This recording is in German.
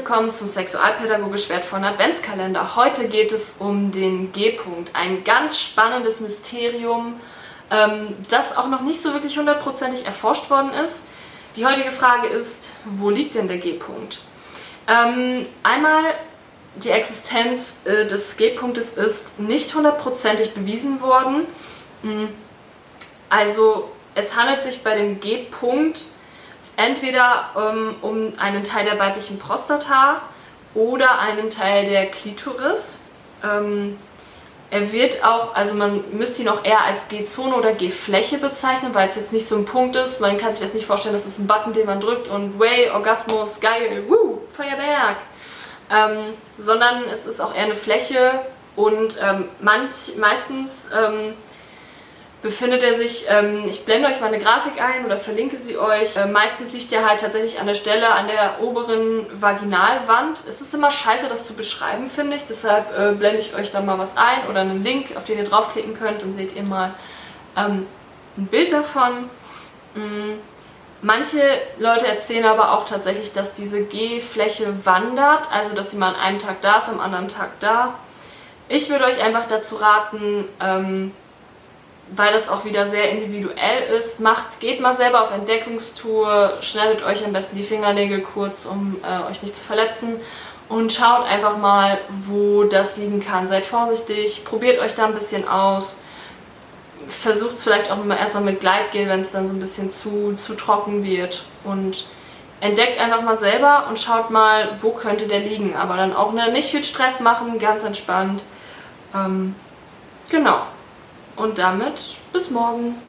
willkommen zum sexualpädagogisch wertvollen Adventskalender. Heute geht es um den G-Punkt, ein ganz spannendes Mysterium, das auch noch nicht so wirklich hundertprozentig erforscht worden ist. Die heutige Frage ist, wo liegt denn der G-Punkt? Einmal, die Existenz des G-Punktes ist nicht hundertprozentig bewiesen worden. Also es handelt sich bei dem G-Punkt entweder um einen Teil der weiblichen Prostata oder einen Teil der Klitoris. Er wird auch, also man müsste ihn auch eher als G-Zone oder G-Fläche bezeichnen, weil es jetzt nicht so ein Punkt ist. Man kann sich das nicht vorstellen, das ist ein Button, den man drückt und way, Orgasmus, geil, Feuerwerk. Sondern es ist auch eher eine Fläche und meistens befindet er sich, ich blende euch mal eine Grafik ein oder verlinke sie euch, meistens liegt er halt tatsächlich an der Stelle, an der oberen Vaginalwand. Es ist immer scheiße, das zu beschreiben, finde ich, deshalb blende ich euch da mal was ein oder einen Link, auf den ihr draufklicken könnt, dann seht ihr mal ein Bild davon. Manche Leute erzählen aber auch tatsächlich, dass diese G-Fläche wandert, also dass sie mal an einem Tag da ist, am anderen Tag da. Ich würde euch einfach dazu raten, weil das auch wieder sehr individuell ist, geht mal selber auf Entdeckungstour, schneidet euch am besten die Fingernägel kurz, um euch nicht zu verletzen und schaut einfach mal, wo das liegen kann. Seid vorsichtig, probiert euch da ein bisschen aus, versucht es vielleicht auch erstmal mit Gleitgel, wenn es dann so ein bisschen zu trocken wird und entdeckt einfach mal selber und schaut mal, wo könnte der liegen, aber dann auch nicht viel Stress machen, ganz entspannt. Genau. Und damit bis morgen.